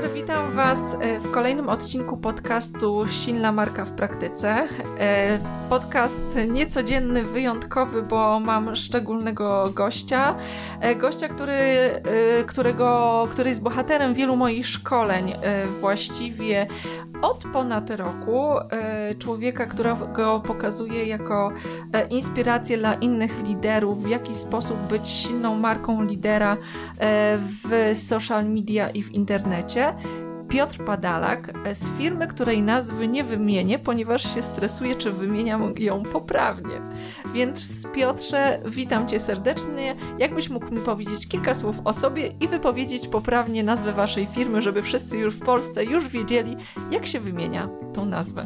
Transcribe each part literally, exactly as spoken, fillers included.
dobry, witam Was w kolejnym odcinku podcastu Silna Marka w Praktyce. Podcast niecodzienny, wyjątkowy, bo mam szczególnego gościa. Gościa, który, którego, który jest bohaterem wielu moich szkoleń właściwie od ponad roku. Człowieka, którego pokazuję jako inspirację dla innych liderów, w jaki sposób być silną marką lidera w social media i w internecie. Piotr Padalak z firmy, której nazwy nie wymienię, ponieważ się stresuję, czy wymieniam ją poprawnie. Więc Piotrze, witam Cię serdecznie. Jakbyś mógł mi powiedzieć kilka słów o sobie i wypowiedzieć poprawnie nazwę Waszej firmy, żeby wszyscy już w Polsce już wiedzieli, jak się wymienia tą nazwę.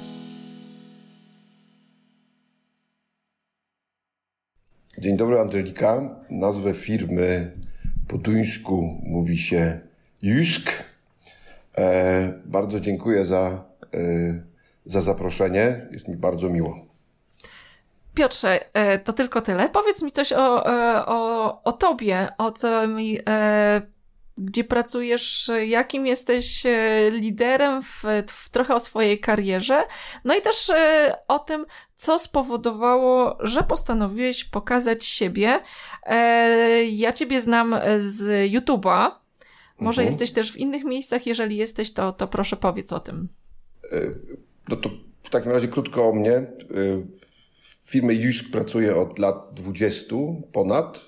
Dzień dobry, Angelika. Nazwę firmy po duńsku mówi się Jysk. E, bardzo dziękuję za, e, za zaproszenie. Jest mi bardzo miło. Piotrze, to tylko tyle. Powiedz mi coś o, o, o tobie, o tym, gdzie pracujesz, jakim jesteś liderem, w, w, trochę o swojej karierze, no i też o tym, co spowodowało, że postanowiłeś pokazać siebie. Ja ciebie znam z YouTube'a. Może mhm. jesteś też w innych miejscach. Jeżeli jesteś, to, to proszę powiedz o tym. No to w takim razie krótko o mnie. W firmie Jysk pracuję od lat dwudziestu ponad.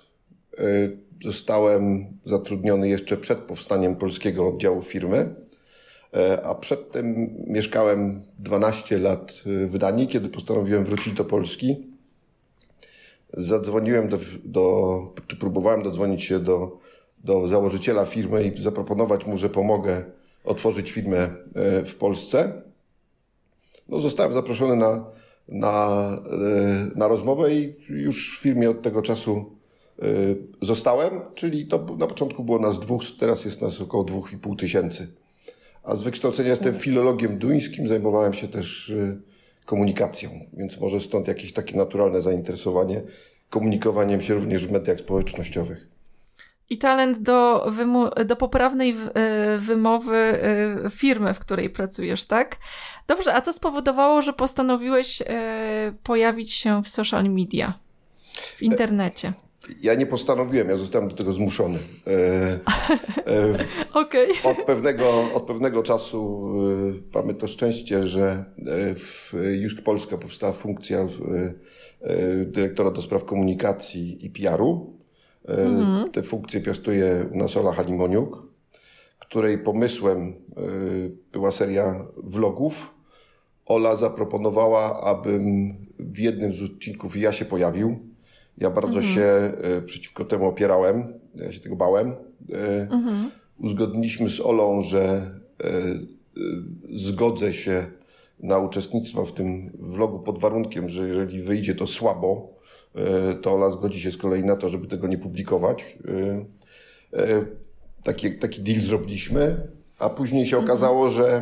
Zostałem zatrudniony jeszcze przed powstaniem polskiego oddziału firmy, a przedtem mieszkałem dwanaście lat w Danii, kiedy postanowiłem wrócić do Polski. Zadzwoniłem do, do czy próbowałem dodzwonić się do, do założyciela firmy i zaproponować mu, że pomogę otworzyć firmę w Polsce. No, zostałem zaproszony na, na, na rozmowę i już w firmie od tego czasu zostałem, czyli to na początku było nas dwóch, teraz jest nas około dwóch i pół tysięcy. A z wykształcenia jestem filologiem duńskim, zajmowałem się też komunikacją, więc może stąd jakieś takie naturalne zainteresowanie komunikowaniem się również w mediach społecznościowych. I talent do, wymu- do poprawnej w- wymowy firmy, w której pracujesz, tak? Dobrze, a co spowodowało, że postanowiłeś pojawić się w social media, w internecie? Ja nie postanowiłem, ja zostałem do tego zmuszony. E, e, okay. od, pewnego, od pewnego czasu e, mamy to szczęście, że w Jysk Polska powstała funkcja w, e, dyrektora do spraw komunikacji i P R-u. E, mm-hmm. Te funkcje piastuje u nas Ola Halimoniuk, której pomysłem e, była seria vlogów. Ola zaproponowała, abym w jednym z odcinków ja się pojawił. Ja bardzo mhm. się y, przeciwko temu opierałem, ja się tego bałem. Y, mhm. Uzgodniliśmy z Olą, że y, y, zgodzę się na uczestnictwo w tym vlogu pod warunkiem, że jeżeli wyjdzie to słabo, y, to Ola zgodzi się z kolei na to, żeby tego nie publikować. Y, y, taki, taki deal zrobiliśmy, a później się mhm. okazało, że,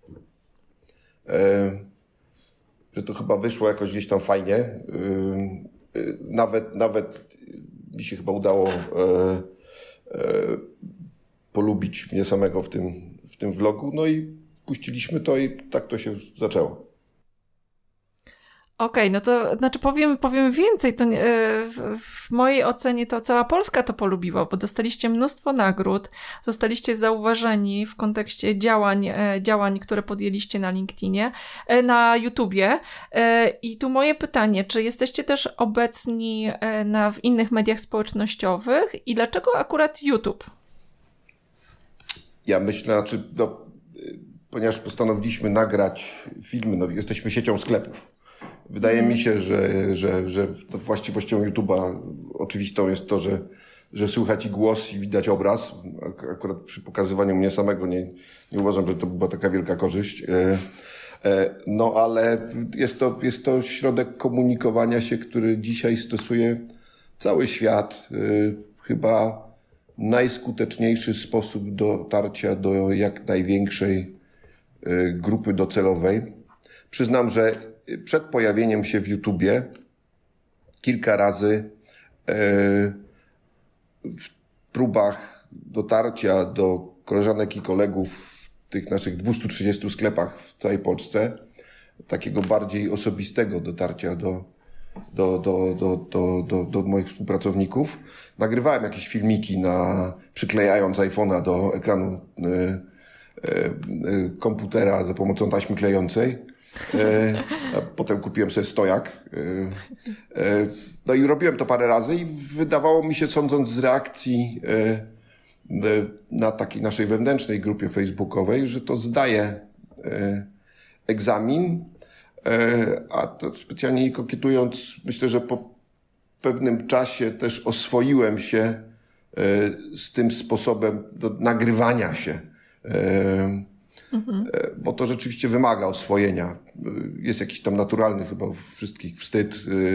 y, że to chyba wyszło jakoś gdzieś tam fajnie. Y, Nawet, nawet mi się chyba udało e, e, polubić mnie samego w tym, w tym vlogu, no i puściliśmy to i tak to się zaczęło. Okej, okay, no to znaczy powiem, powiem więcej, to nie, w, w mojej ocenie to cała Polska to polubiła, bo dostaliście mnóstwo nagród, zostaliście zauważeni w kontekście działań, działań, które podjęliście na LinkedInie, na YouTubie. I tu moje pytanie, czy jesteście też obecni na, w innych mediach społecznościowych i dlaczego akurat YouTube? Ja myślę, znaczy, no, ponieważ postanowiliśmy nagrać filmy, no, jesteśmy siecią sklepów. Wydaje mi się, że, że, że właściwością YouTube'a oczywistą jest to, że, że słychać i głos i widać obraz. Akurat przy pokazywaniu mnie samego nie, nie uważam, że to była taka wielka korzyść. No ale jest to, jest to środek komunikowania się, który dzisiaj stosuje cały świat. Chyba najskuteczniejszy sposób dotarcia do jak największej grupy docelowej. Przyznam, że przed pojawieniem się w YouTubie kilka razy w próbach dotarcia do koleżanek i kolegów w tych naszych dwustu trzydziestu sklepach w całej Polsce takiego bardziej osobistego dotarcia do, do, do, do, do, do, do moich współpracowników. Nagrywałem jakieś filmiki na, przyklejając iPhone'a do ekranu y, y, y, komputera za pomocą taśmy klejącej. Y, a potem kupiłem sobie stojak. Y, y, no i robiłem to parę razy i wydawało mi się, sądząc z reakcji y, y, na takiej naszej wewnętrznej grupie facebookowej, że to zdaje y, egzamin, a to specjalnie nie kokietując, myślę, że po pewnym czasie też oswoiłem się z tym sposobem do nagrywania się, mhm. bo to rzeczywiście wymaga oswojenia. Jest jakiś tam naturalny chyba u wszystkich wstyd,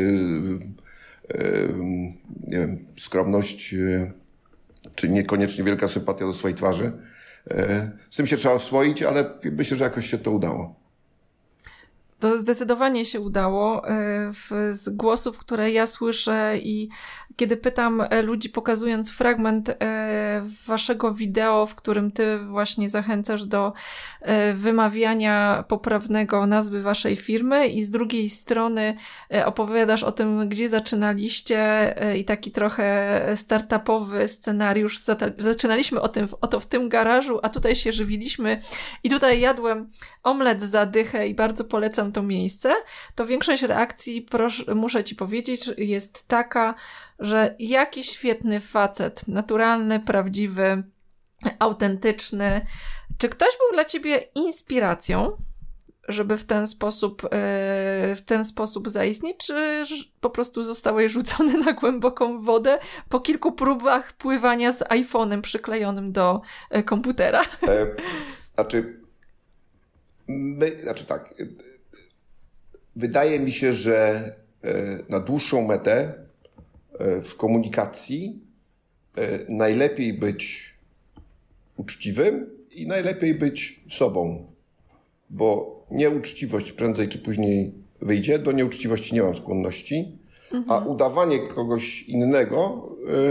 nie wiem, skromność, czy niekoniecznie wielka sympatia do swojej twarzy. Z tym się trzeba oswoić, ale myślę, że jakoś się to udało. To zdecydowanie się udało. Z głosów, które ja słyszę i kiedy pytam ludzi, pokazując fragment waszego wideo, w którym ty właśnie zachęcasz do wymawiania poprawnego nazwy waszej firmy i z drugiej strony opowiadasz o tym, gdzie zaczynaliście i taki trochę startupowy scenariusz. Zaczynaliśmy o tym, o to w tym garażu, a tutaj się żywiliśmy i tutaj jadłem omlet za dychę i bardzo polecam to miejsce, to większość reakcji, proszę, muszę ci powiedzieć, jest taka, że jaki świetny facet, naturalny, prawdziwy, autentyczny. Czy ktoś był dla ciebie inspiracją, żeby w ten sposób, w ten sposób zaistnieć, czy po prostu zostałeś rzucony na głęboką wodę po kilku próbach pływania z iPhone'em przyklejonym do komputera? E, znaczy, my, znaczy tak, wydaje mi się, że na dłuższą metę w komunikacji najlepiej być uczciwym i najlepiej być sobą, bo nieuczciwość prędzej czy później wyjdzie, do nieuczciwości nie mam skłonności, mhm. a udawanie kogoś innego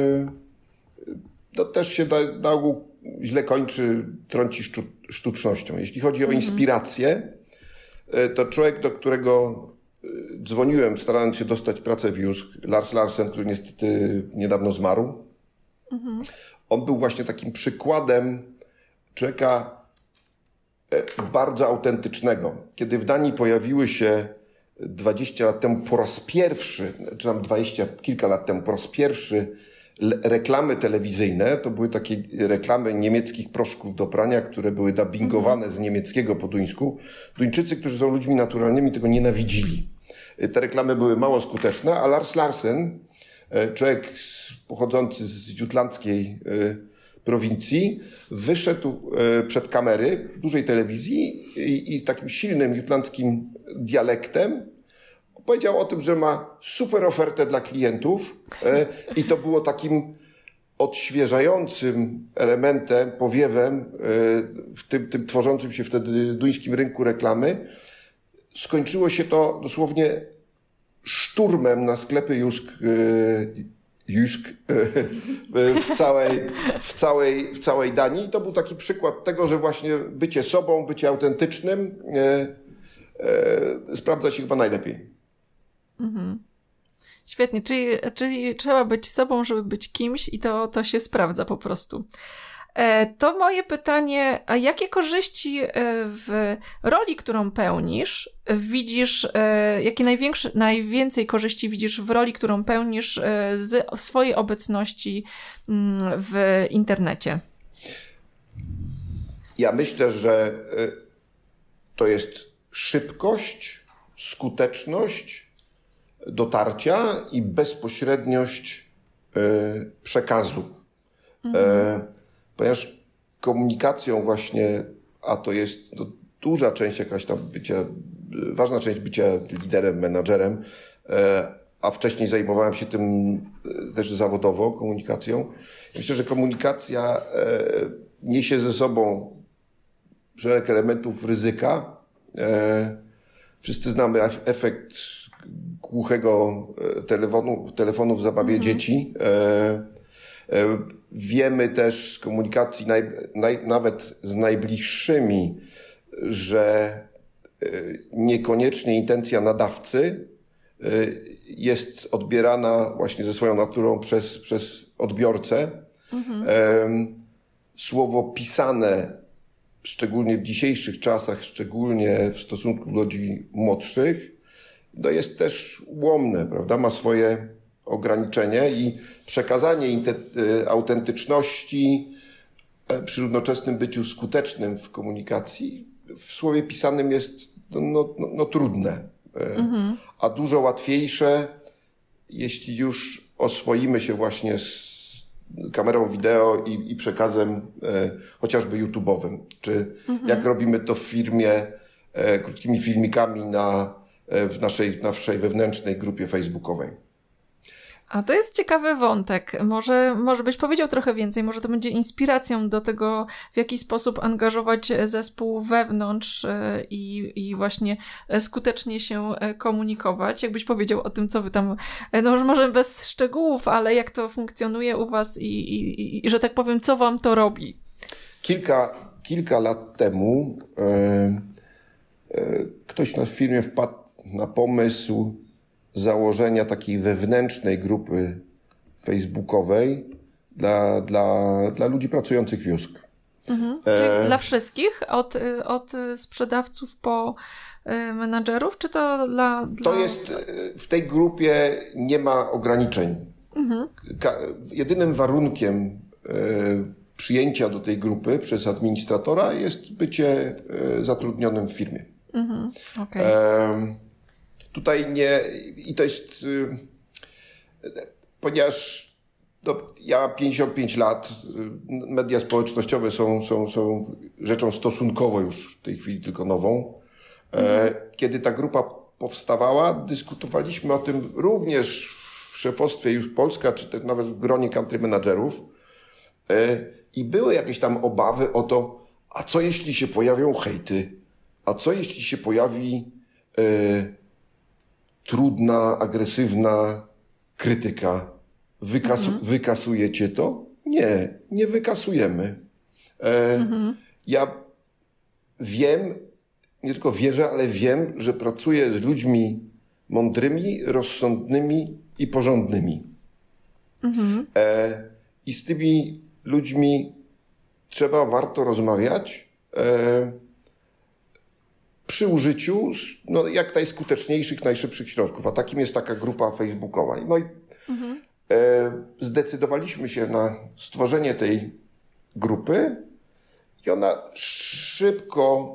to też się na, na ogół źle kończy, trąci sztu, sztucznością. Jeśli chodzi o inspirację, to człowiek, do którego dzwoniłem, starając się dostać pracę w Jysk, Lars Larsen, który niestety niedawno zmarł, mhm. on był właśnie takim przykładem człowieka bardzo autentycznego. Kiedy w Danii pojawiły się dwadzieścia lat temu po raz pierwszy, czy tam dwadzieścia kilka lat temu po raz pierwszy reklamy telewizyjne, to były takie reklamy niemieckich proszków do prania, które były dubbingowane z niemieckiego po duńsku. Duńczycy, którzy są ludźmi naturalnymi, tego nienawidzili. Te reklamy były mało skuteczne, a Lars Larsen, człowiek pochodzący z jutlandzkiej prowincji, wyszedł przed kamery dużej telewizji i, i z takim silnym jutlandzkim dialektem powiedział o tym, że ma super ofertę dla klientów i to było takim odświeżającym elementem, powiewem w tym, tym tworzącym się wtedy duńskim rynku reklamy. Skończyło się to dosłownie szturmem na sklepy Jysk, Jysk w całej, w całej, w całej Danii. I to był taki przykład tego, że właśnie bycie sobą, bycie autentycznym sprawdza się chyba najlepiej. Mhm. Świetnie, czyli, czyli trzeba być sobą, żeby być kimś i to, to się sprawdza po prostu. E, to moje pytanie, a jakie korzyści w roli, którą pełnisz, widzisz, e, jakie największe, najwięcej korzyści widzisz w roli, którą pełnisz e, z swojej obecności m, w internecie? Ja myślę, że to jest szybkość, skuteczność dotarcia i bezpośredniość y, przekazu. Mhm. E, ponieważ komunikacją właśnie, a to jest no, duża część jakaś tam bycia, ważna część bycia liderem, menadżerem, e, a wcześniej zajmowałem się tym e, też zawodowo, komunikacją. Myślę, że komunikacja e, niesie ze sobą szereg elementów ryzyka. E, wszyscy znamy efekt głuchego telefonu, telefonu w zabawie mhm. dzieci. E, e, Wiemy też z komunikacji naj, naj, nawet z najbliższymi, że niekoniecznie intencja nadawcy jest odbierana właśnie ze swoją naturą przez, przez odbiorcę. Mhm. Słowo pisane, szczególnie w dzisiejszych czasach, szczególnie w stosunku do ludzi młodszych, to jest też ułomne, prawda? Ma swoje ograniczenie i przekazanie autentyczności przy równoczesnym byciu skutecznym w komunikacji w słowie pisanym jest no, no, no, trudne, mhm. a dużo łatwiejsze, jeśli już oswoimy się właśnie z kamerą wideo i, i przekazem e, chociażby YouTube'owym, czy mhm. jak robimy to w firmie e, krótkimi filmikami na, e, w naszej, naszej wewnętrznej grupie facebookowej. A to jest ciekawy wątek. Może, może byś powiedział trochę więcej, może to będzie inspiracją do tego, w jaki sposób angażować zespół wewnątrz i, i właśnie skutecznie się komunikować. Jakbyś powiedział o tym, co wy tam, no może bez szczegółów, ale jak to funkcjonuje u was i, i, i że tak powiem, co wam to robi? Kilka, kilka lat temu e, e, ktoś na firmie wpadł na pomysł założenia takiej wewnętrznej grupy facebookowej dla, dla, dla ludzi pracujących w Jusk. Mhm. Czyli e... dla wszystkich? Od, od sprzedawców po menadżerów? Czy to dla, dla... To jest, w tej grupie nie ma ograniczeń. Mhm. Ka- jedynym warunkiem e, przyjęcia do tej grupy przez administratora jest bycie e, zatrudnionym w firmie. Mhm. Okay. E, Tutaj nie, i to jest, ponieważ no, ja mam pięćdziesiąt pięć lat, media społecznościowe są, są, są rzeczą stosunkowo już w tej chwili tylko nową. Mhm. Kiedy ta grupa powstawała, dyskutowaliśmy o tym również w szefostwie Jusk Polska, czy też nawet w gronie country managerów. I były jakieś tam obawy o to, a co jeśli się pojawią hejty? A co jeśli się pojawi trudna, agresywna krytyka? Wykas- mhm. Wykasujecie to? Nie, nie wykasujemy. E, mhm. Ja wiem, nie tylko wierzę, ale wiem, że pracuję z ludźmi mądrymi, rozsądnymi i porządnymi. Mhm. E, I z tymi ludźmi trzeba, warto rozmawiać e, przy użyciu no, jak najskuteczniejszych, najszybszych środków. A takim jest taka grupa facebookowa. No i mhm. e, zdecydowaliśmy się na stworzenie tej grupy i ona szybko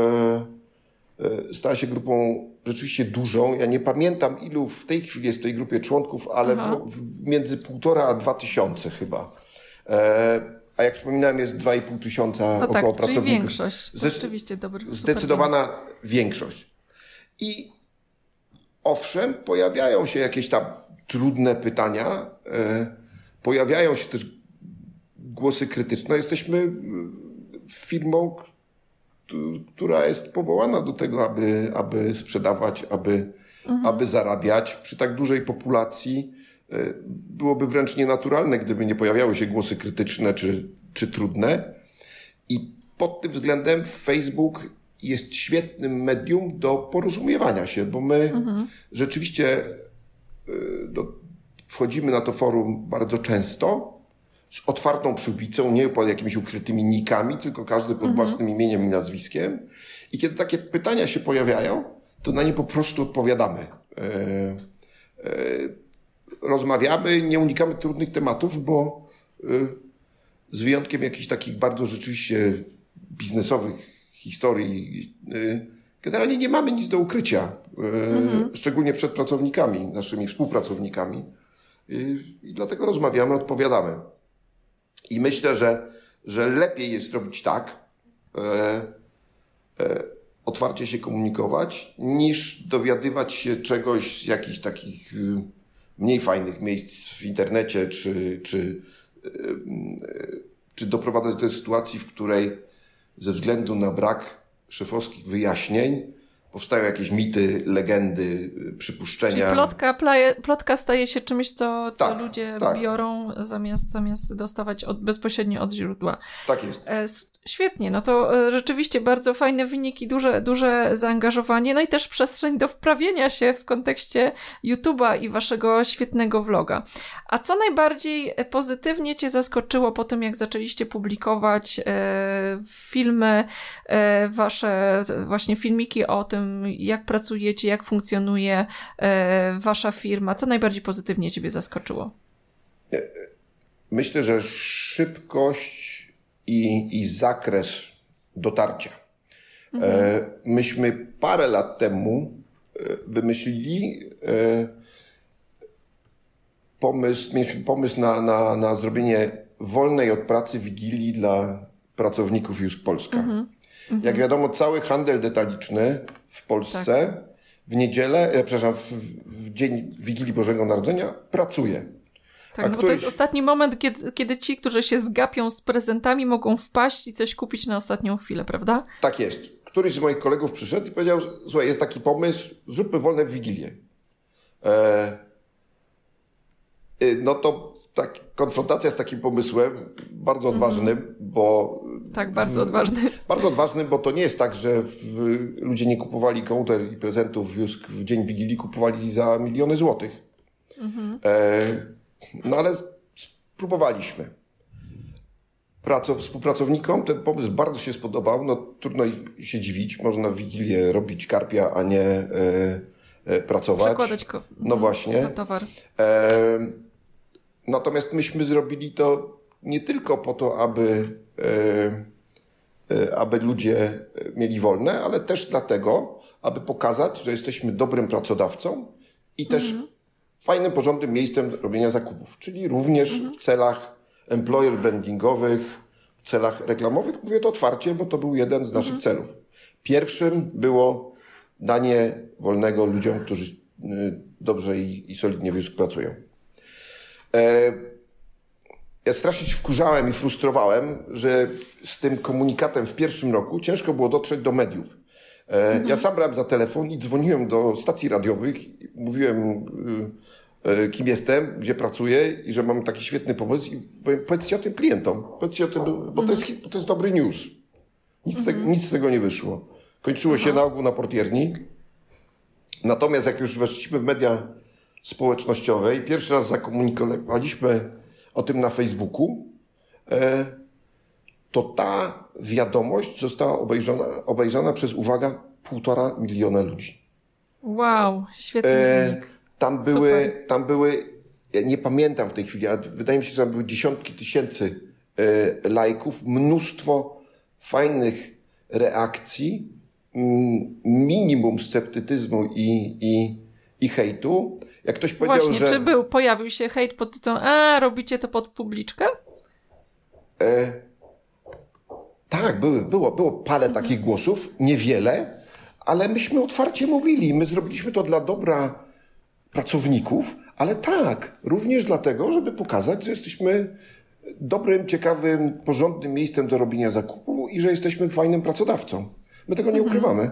e, e, stała się grupą rzeczywiście dużą. Ja nie pamiętam, ilu w tej chwili jest w tej grupie członków, ale w, w, między półtora a dwa tysiące chyba. E, a jak wspominałem, jest dwa i pół tysiąca to około tak, pracowników. Czyli większość. To rzeczywiście dobry. Zdecydowana większość. I owszem, pojawiają się jakieś tam trudne pytania, e, pojawiają się też głosy krytyczne. Jesteśmy firmą, która jest powołana do tego, aby, aby sprzedawać, aby, mhm. aby zarabiać. Przy tak dużej populacji byłoby wręcz nienaturalne, gdyby nie pojawiały się głosy krytyczne czy, czy trudne. I pod tym względem Facebook jest świetnym medium do porozumiewania się, bo my mhm. rzeczywiście do, wchodzimy na to forum bardzo często z otwartą przyłbicą, nie pod jakimiś ukrytymi nikami, tylko każdy pod mhm. własnym imieniem i nazwiskiem. I kiedy takie pytania się pojawiają, to na nie po prostu odpowiadamy. E, e, rozmawiamy, nie unikamy trudnych tematów, bo e, z wyjątkiem jakichś takich bardzo rzeczywiście biznesowych historii, e, generalnie nie mamy nic do ukrycia, e, mhm. szczególnie przed pracownikami, naszymi współpracownikami. E, I dlatego rozmawiamy, odpowiadamy. I myślę, że, że lepiej jest robić tak, e, e, otwarcie się komunikować, niż dowiadywać się czegoś z jakichś takich e, mniej fajnych miejsc w internecie, czy, czy, e, czy doprowadzać do sytuacji, w której ze względu na brak szefowskich wyjaśnień powstają jakieś mity, legendy, przypuszczenia. Czyli plotka, plaje, plotka staje się czymś, co, co tak, ludzie tak. biorą zamiast, zamiast dostawać od, bezpośrednio od źródła. Tak jest. E, Świetnie, no to rzeczywiście bardzo fajne wyniki, duże, duże zaangażowanie, no i też przestrzeń do wprawienia się w kontekście YouTube'a i waszego świetnego vloga. A co najbardziej pozytywnie cię zaskoczyło po tym, jak zaczęliście publikować e, filmy, e, wasze właśnie filmiki o tym, jak pracujecie, jak funkcjonuje e, wasza firma? Co najbardziej pozytywnie ciebie zaskoczyło? Myślę, że szybkość I, i zakres dotarcia. Mhm. E, myśmy parę lat temu wymyślili e, pomysł, mieliśmy pomysł na, na, na zrobienie wolnej od pracy wigilii dla pracowników Jusk Polska. Mhm. Jak wiadomo, cały handel detaliczny w Polsce tak. w niedzielę, e, przepraszam, w, w dzień Wigilii Bożego Narodzenia pracuje. Tak, no któryś... bo to jest ostatni moment, kiedy, kiedy ci, którzy się zgapią z prezentami, mogą wpaść i coś kupić na ostatnią chwilę, prawda? Tak jest. Któryś z moich kolegów przyszedł i powiedział, słuchaj, jest taki pomysł, zróbmy wolne w Wigilię. E... No to tak, konfrontacja z takim pomysłem, bardzo odważnym, mm-hmm. bo... Tak, bardzo odważny. Bardzo odważny, bo to nie jest tak, że w, ludzie nie kupowali kołder i prezentów w, w dzień Wigilii, kupowali za miliony złotych. Mm-hmm. E... No ale spróbowaliśmy. Praco, współpracownikom ten pomysł bardzo się spodobał. No trudno się dziwić. Można w Wigilię robić karpia, a nie e, e, pracować. Przekładać ko- no właśnie. na towar. E, natomiast myśmy zrobili to nie tylko po to, aby, e, e, aby ludzie mieli wolne, ale też dlatego, aby pokazać, że jesteśmy dobrym pracodawcą i też mm-hmm. fajnym, porządnym miejscem do robienia zakupów, czyli również mhm. w celach employer brandingowych, w celach reklamowych. Mówię to otwarcie, bo to był jeden z naszych mhm. celów. Pierwszym było danie wolnego ludziom, którzy dobrze i, i solidnie w Jusk pracują. E, ja strasznie się wkurzałem i frustrowałem, że z tym komunikatem w pierwszym roku ciężko było dotrzeć do mediów. E, mhm. Ja sam brałem za telefon i dzwoniłem do stacji radiowych i mówiłem, y, kim jestem, gdzie pracuję i że mam taki świetny pomysł i powiedzcie o tym klientom, powiedzcie o tym, bo to jest, bo to jest dobry news. Nic, mhm. te, nic z tego nie wyszło. Kończyło się na ogół na portierni. Natomiast jak już weszliśmy w media społecznościowe i pierwszy raz zakomunikowaliśmy o tym na Facebooku, e, to ta wiadomość została obejrzana, obejrzana przez, uwaga, półtora miliona ludzi. Wow, świetny wynik. E, tam były, tam były, ja nie pamiętam w tej chwili, ale wydaje mi się, że tam były dziesiątki tysięcy e, lajków, mnóstwo fajnych reakcji, m, minimum sceptycyzmu i, i, i hejtu. Jak ktoś powiedział, Właśnie, że... czy był, pojawił się hejt pod tytułem, a robicie to pod publiczkę? E, tak, były, było, było parę mhm. takich głosów, niewiele, ale myśmy otwarcie mówili, my zrobiliśmy to dla dobra pracowników, ale tak, również dlatego, żeby pokazać, że jesteśmy dobrym, ciekawym, porządnym miejscem do robienia zakupu i że jesteśmy fajnym pracodawcą. My tego nie mhm. ukrywamy.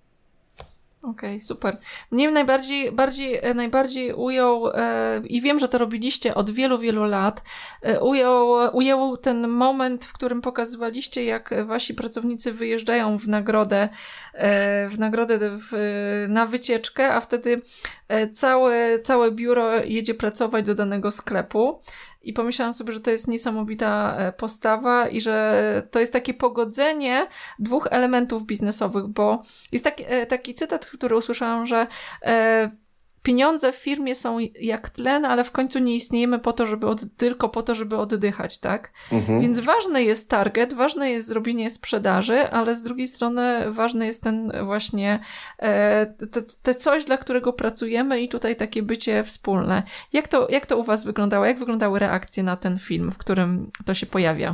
Okej, okay, super. Mnie najbardziej, bardziej, najbardziej ujął, e, i wiem, że to robiliście od wielu, wielu lat, e, ujął, ujął ten moment, w którym pokazywaliście, jak wasi pracownicy wyjeżdżają w nagrodę, e, w nagrodę w, na wycieczkę, a wtedy e, całe, całe biuro jedzie pracować do danego sklepu. I pomyślałam sobie, że to jest niesamowita postawa i że to jest takie pogodzenie dwóch elementów biznesowych, bo jest taki, taki cytat, który usłyszałam, że e, pieniądze w firmie są jak tlen, ale w końcu nie istniejemy po to, żeby od, tylko po to, żeby oddychać, tak? Mhm. Więc ważny jest target, ważne jest zrobienie sprzedaży, ale z drugiej strony ważny jest ten właśnie e, te, te coś, dla którego pracujemy i tutaj takie bycie wspólne. Jak to, jak to u was wyglądało? Jak wyglądały reakcje na ten film, w którym to się pojawia?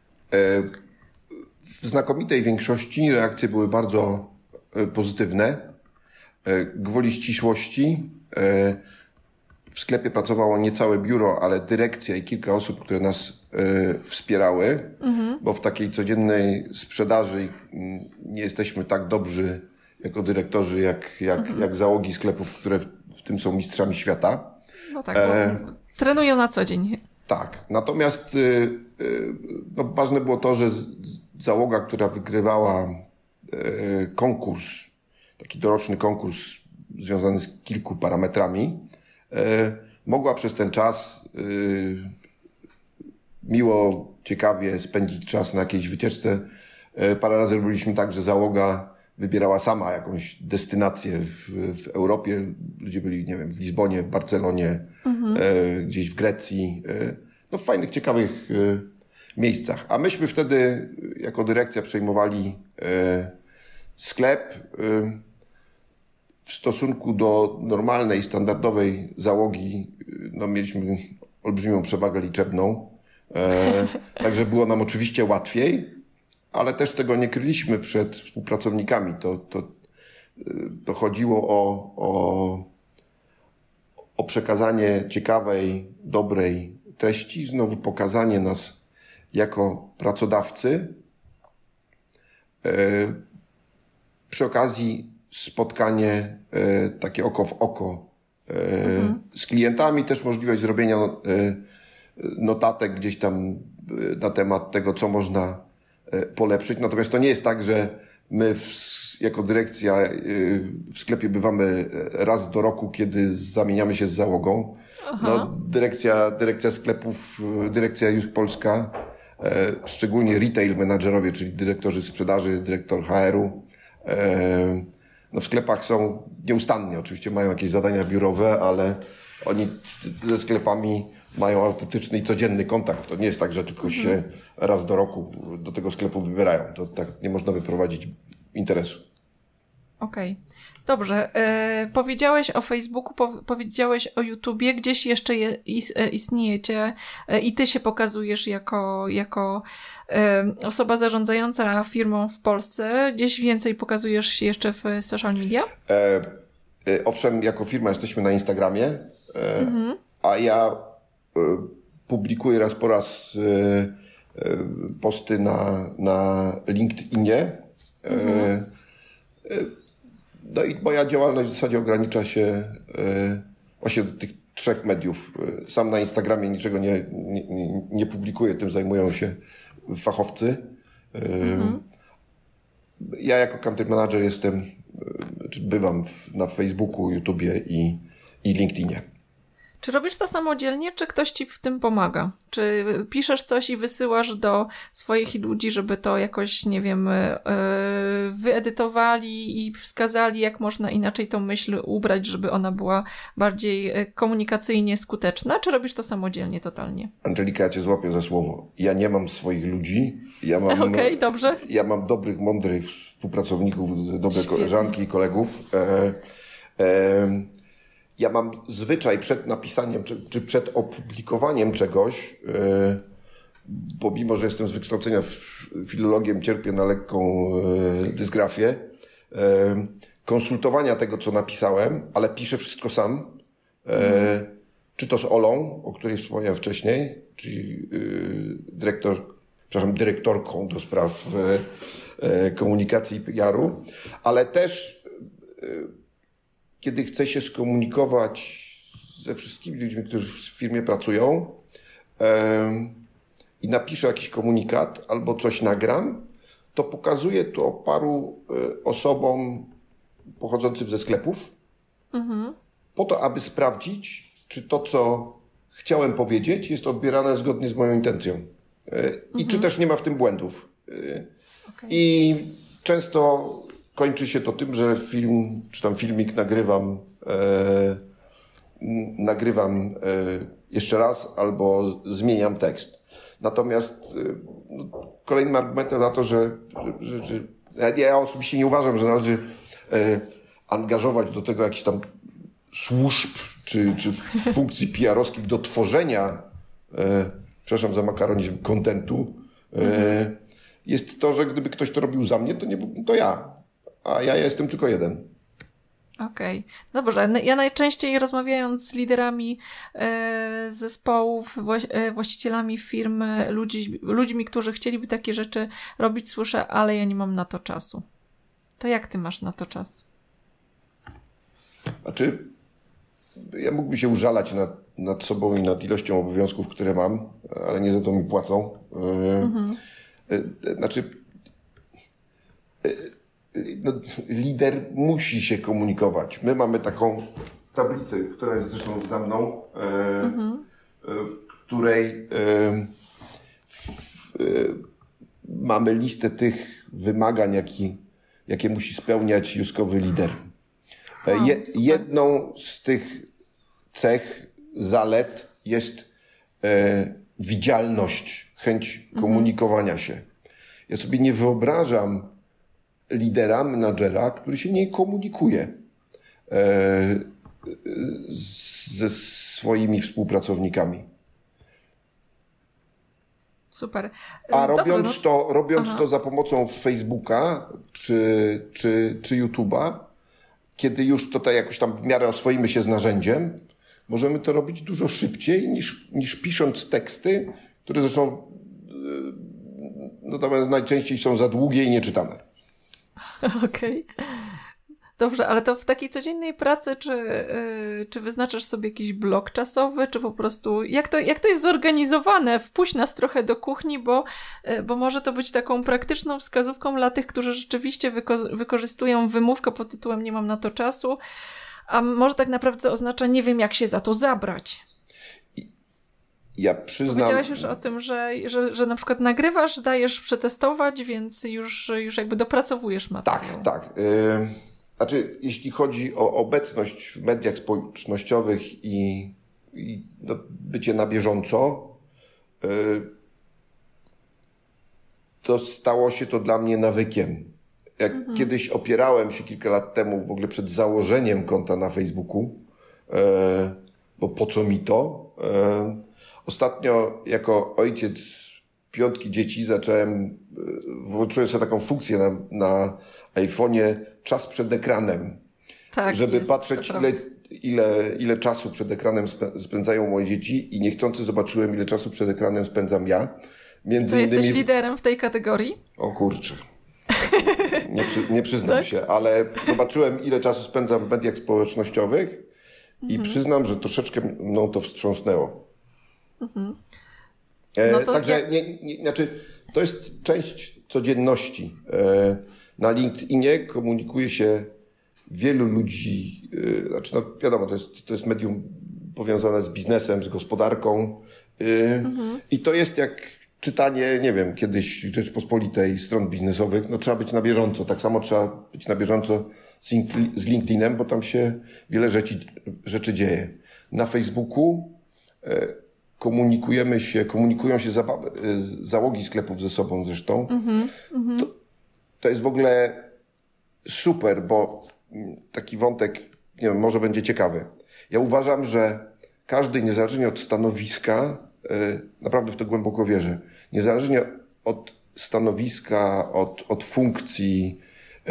W znakomitej większości reakcje były bardzo pozytywne. Gwoli ścisłości. W sklepie pracowało nie całe biuro, ale dyrekcja i kilka osób, które nas wspierały, mhm. bo w takiej codziennej sprzedaży nie jesteśmy tak dobrzy jako dyrektorzy, jak, jak, mhm. jak załogi sklepów, które w, w tym są mistrzami świata. No tak, e, trenują na co dzień. Tak, natomiast y, y, no, ważne było to, że z, załoga, która wygrywała y, konkurs, taki doroczny konkurs związany z kilku parametrami, y, mogła przez ten czas y, miło, ciekawie spędzić czas na jakiejś wycieczce. Y, parę razy robiliśmy tak, że załoga wybierała sama jakąś destynację w, w Europie. Ludzie byli, nie wiem, w Lizbonie, w Barcelonie, mhm. e, gdzieś w Grecji. E, no w fajnych, ciekawych e, miejscach. A myśmy wtedy jako dyrekcja przejmowali e, sklep e, w stosunku do normalnej, standardowej załogi. No mieliśmy olbrzymią przewagę liczebną. E, także było nam oczywiście łatwiej. Ale też tego nie kryliśmy przed współpracownikami. To, to, to chodziło o, o, o przekazanie ciekawej, dobrej treści, znowu pokazanie nas jako pracodawcy. E, przy okazji spotkanie e, takie oko w oko e, mhm. z klientami, też możliwość zrobienia e, notatek gdzieś tam na temat tego, co można polepszyć. Natomiast to nie jest tak, że my w, jako dyrekcja w sklepie bywamy raz do roku, kiedy zamieniamy się z załogą. No, dyrekcja, dyrekcja sklepów, dyrekcja Jusk Polska, e, szczególnie retail menadżerowie, czyli dyrektorzy sprzedaży, dyrektor H R-u, e, no w sklepach są nieustannie. Oczywiście mają jakieś zadania biurowe, ale oni ze sklepami mają autentyczny i codzienny kontakt. To nie jest tak, że tylko mhm. się raz do roku do tego sklepu wybierają. To tak nie można wyprowadzić interesu. Okej. Okay. Dobrze. E, powiedziałeś o Facebooku, po, powiedziałeś o YouTubie. Gdzieś jeszcze je, is, e, istniejecie e, i ty się pokazujesz jako, jako e, osoba zarządzająca firmą w Polsce. Gdzieś więcej pokazujesz się jeszcze w social media? E, e, owszem, jako firma jesteśmy na Instagramie, e, mhm. a ja publikuję raz po raz posty na, na LinkedInie. Mhm. No i moja działalność w zasadzie ogranicza się właśnie do tych trzech mediów. Sam na Instagramie niczego nie, nie, nie publikuję, tym zajmują się fachowcy. Mhm. Ja jako country manager jestem, czy bywam na Facebooku, YouTubie i, i LinkedInie. Czy robisz to samodzielnie, czy ktoś ci w tym pomaga? Czy piszesz coś i wysyłasz do swoich ludzi, żeby to jakoś, nie wiem, wyedytowali i wskazali, jak można inaczej tą myśl ubrać, żeby ona była bardziej komunikacyjnie skuteczna? Czy robisz to samodzielnie totalnie? Angelika, ja cię złapię za słowo. Ja nie mam swoich ludzi. Ja mam, okay, dobrze. Ja mam dobrych, mądrych współpracowników, dobre Świetnie. koleżanki i kolegów. E, e, Ja mam zwyczaj przed napisaniem, czy, czy przed opublikowaniem czegoś, yy, bo mimo, że jestem z wykształcenia filologiem, cierpię na lekką yy, dysgrafię, yy, konsultowania tego, co napisałem, ale piszę wszystko sam. Yy, mm. Czy to z Olą, o której wspomniałem wcześniej, czyli yy, dyrektor, przepraszam, dyrektorką do spraw yy, yy, komunikacji i P R-u, ale też yy, kiedy chcę się skomunikować ze wszystkimi ludźmi, którzy w firmie pracują yy, i napiszę jakiś komunikat albo coś nagram, to pokazuję to paru y, osobom pochodzącym ze sklepów, mhm. po to, aby sprawdzić, czy to, co chciałem powiedzieć, jest odbierane zgodnie z moją intencją. Y, mhm. I czy też nie ma w tym błędów. Y, okay. I często kończy się to tym, że film, czy tam filmik nagrywam, e, nagrywam e, jeszcze raz albo zmieniam tekst. Natomiast e, kolejnym argumentem na to, że, że, że ja, ja osobiście nie uważam, że należy e, angażować do tego jakichś tam służb czy, czy funkcji P R-owskich do tworzenia, e, przepraszam za makaronizm, kontentu, e, jest to, że gdyby ktoś to robił za mnie, to nie byłbym to ja. A ja jestem tylko jeden. Okej. Okay. Dobrze. Ja najczęściej rozmawiając z liderami e, zespołów, wła- e, właścicielami firm, ludzi, ludźmi, którzy chcieliby takie rzeczy robić, słyszę, ale ja nie mam na to czasu. To jak ty masz na to czas? Znaczy, ja mógłbym się użalać nad, nad sobą i nad ilością obowiązków, które mam, ale nie za to mi płacą. Mhm. Znaczy, no, lider musi się komunikować. My mamy taką tablicę, która jest zresztą za mną, mhm. w której mamy listę tych wymagań, jaki, jakie musi spełniać juskowy lider. O, Je, jedną z tych cech, zalet jest e, widzialność, chęć komunikowania mhm. się. Ja sobie nie wyobrażam lidera, menadżera, który się nie komunikuje e, ze swoimi współpracownikami. Super. A Dobrze, robiąc, no... to, robiąc to za pomocą Facebooka czy, czy, czy YouTube'a, kiedy już tutaj jakoś tam w miarę oswoimy się z narzędziem, możemy to robić dużo szybciej niż, niż pisząc teksty, które zresztą no, najczęściej są za długie i nieczytane. Okej. Okay. Dobrze, ale to w takiej codziennej pracy, czy, yy, czy wyznaczasz sobie jakiś blok czasowy, czy po prostu, jak to, jak to jest zorganizowane? Wpuść nas trochę do kuchni, bo, yy, bo może to być taką praktyczną wskazówką dla tych, którzy rzeczywiście wyko- wykorzystują wymówkę pod tytułem nie mam na to czasu, a może tak naprawdę to oznacza nie wiem jak się za to zabrać. Ja przyznam... Powiedziałeś już o tym, że, że, że na przykład nagrywasz, dajesz przetestować, więc już, już jakby dopracowujesz materiał. Tak, tak. Yy... Znaczy, jeśli chodzi o obecność w mediach społecznościowych i, i no, bycie na bieżąco, yy, to stało się to dla mnie nawykiem. Jak mhm. kiedyś opierałem się kilka lat temu w ogóle przed założeniem konta na Facebooku, yy, bo po co mi to? Yy, ostatnio jako ojciec piątki dzieci zacząłem, yy, włączyłem sobie taką funkcję na, na iPhone'ie czas przed ekranem, tak, żeby jest, patrzeć ile, ile, ile czasu przed ekranem spędzają moje dzieci i niechcący zobaczyłem, ile czasu przed ekranem spędzam ja. Między to innymi... jesteś liderem w tej kategorii? O kurczę. Nie, przy, nie przyznam tak? się, ale zobaczyłem, ile czasu spędzam w mediach społecznościowych i mhm. przyznam, że troszeczkę mną to wstrząsnęło. Mhm. No to e, także ja... nie, nie, znaczy, to jest część codzienności. E, Na LinkedInie komunikuje się wielu ludzi, yy, znaczy no wiadomo, to jest, to jest medium powiązane z biznesem, z gospodarką yy, mhm. i to jest jak czytanie, nie wiem, kiedyś Rzeczpospolitej stron biznesowych, no trzeba być na bieżąco, tak samo trzeba być na bieżąco z, z LinkedInem, bo tam się wiele rzeczy, rzeczy dzieje. Na Facebooku yy, komunikujemy się, komunikują się zabawy, yy, załogi sklepów ze sobą zresztą. Mhm. Mhm. To, To jest w ogóle super, bo taki wątek, nie wiem, może będzie ciekawy. Ja uważam, że każdy, niezależnie od stanowiska, naprawdę w to głęboko wierzę, niezależnie od stanowiska, od, od funkcji,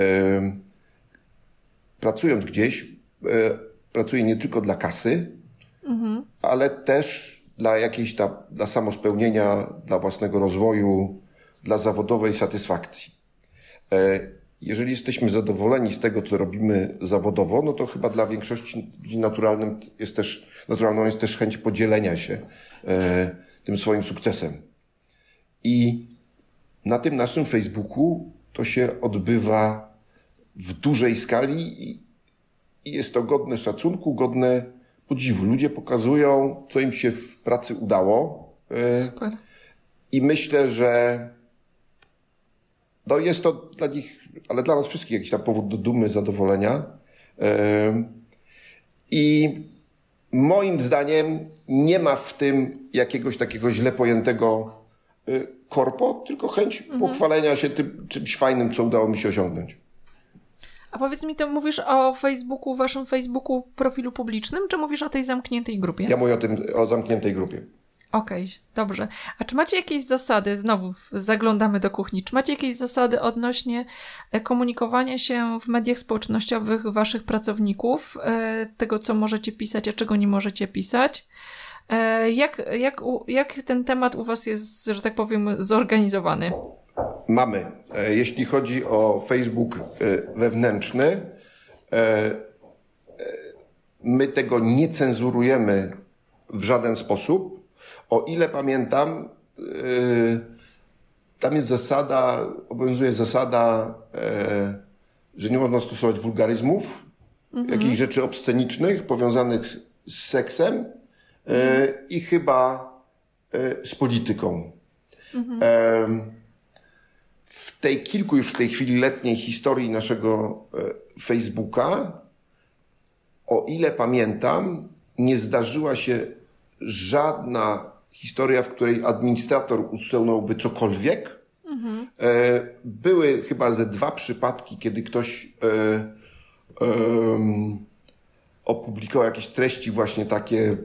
pracując gdzieś, pracuje nie tylko dla kasy, mhm. ale też dla jakiejś tam, dla samospełnienia, dla własnego rozwoju, dla zawodowej satysfakcji. Jeżeli jesteśmy zadowoleni z tego, co robimy zawodowo, no to chyba dla większości ludzi naturalnym jest też, naturalną jest też chęć podzielenia się e, tym swoim sukcesem. I na tym naszym Facebooku to się odbywa w dużej skali i, i jest to godne szacunku, godne podziwu. Ludzie pokazują, co im się w pracy udało. E, Super. I myślę, że no jest to dla nich, ale dla nas wszystkich jakiś tam powód do dumy, zadowolenia. I moim zdaniem nie ma w tym jakiegoś takiego źle pojętego korpo, tylko chęć mhm. pochwalenia się tym czymś fajnym, co udało mi się osiągnąć. A powiedz mi, to mówisz o Facebooku, waszym Facebooku profilu publicznym, czy mówisz o tej zamkniętej grupie? Ja mówię o tym, o zamkniętej grupie. Okej, okay, dobrze. A czy macie jakieś zasady, znowu zaglądamy do kuchni, czy macie jakieś zasady odnośnie komunikowania się w mediach społecznościowych waszych pracowników, tego co możecie pisać, a czego nie możecie pisać? Jak, jak, jak ten temat u was jest, że tak powiem, zorganizowany? Mamy. Jeśli chodzi o Facebook wewnętrzny, my tego nie cenzurujemy w żaden sposób. O ile pamiętam, tam jest zasada, obowiązuje zasada, że nie można stosować wulgaryzmów, mhm. jakichś rzeczy obscenicznych powiązanych z seksem mhm. i chyba z polityką. Mhm. W tej kilku już w tej chwili letniej historii naszego Facebooka, o ile pamiętam, nie zdarzyła się żadna historia, w której administrator usunąłby cokolwiek. Mhm. Były chyba ze dwa przypadki, kiedy ktoś e, e, opublikował jakieś treści właśnie takie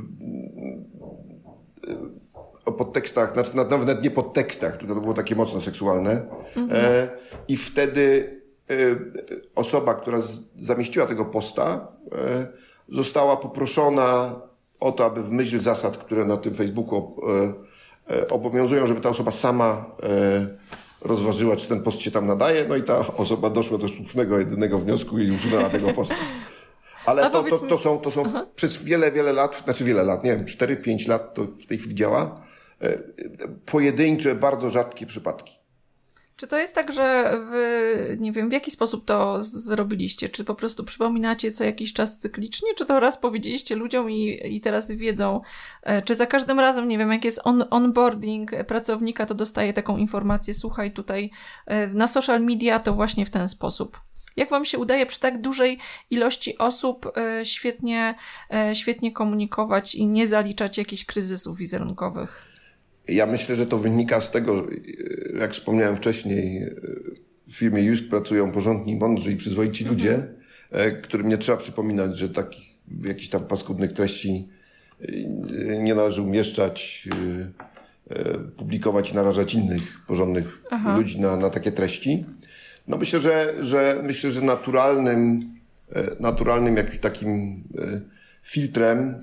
o podtekstach, znaczy nawet nie podtekstach, tylko to było takie mocno seksualne. Mhm. E, I wtedy e, osoba, która z, zamieściła tego posta, e, została poproszona o to, aby w myśl zasad, które na tym Facebooku e, e, obowiązują, żeby ta osoba sama e, rozważyła, czy ten post się tam nadaje. No i ta osoba doszła do słusznego, jedynego wniosku i usunęła tego posta. Ale to, to, to są, to są przez wiele, wiele lat, znaczy wiele lat, nie wiem, cztery pięć lat to w tej chwili działa, e, pojedyncze, bardzo rzadkie przypadki. Czy to jest tak, że wy, nie wiem, w jaki sposób to zrobiliście? Czy po prostu przypominacie co jakiś czas cyklicznie? Czy to raz powiedzieliście ludziom i, i teraz wiedzą? Czy za każdym razem, nie wiem, jak jest on, onboarding pracownika, to dostaje taką informację, słuchaj, tutaj na social media to właśnie w ten sposób. Jak wam się udaje przy tak dużej ilości osób świetnie, świetnie komunikować i nie zaliczać jakichś kryzysów wizerunkowych? Ja myślę, że to wynika z tego, jak wspomniałem wcześniej, w firmie Jusk pracują porządni, mądrzy i przyzwoici mhm. ludzie, którym nie trzeba przypominać, że takich jakichś tam paskudnych treści nie należy umieszczać, publikować i narażać innych porządnych Aha. ludzi na, na takie treści. No myślę, że, że myślę, że naturalnym, naturalnym jakimś takim filtrem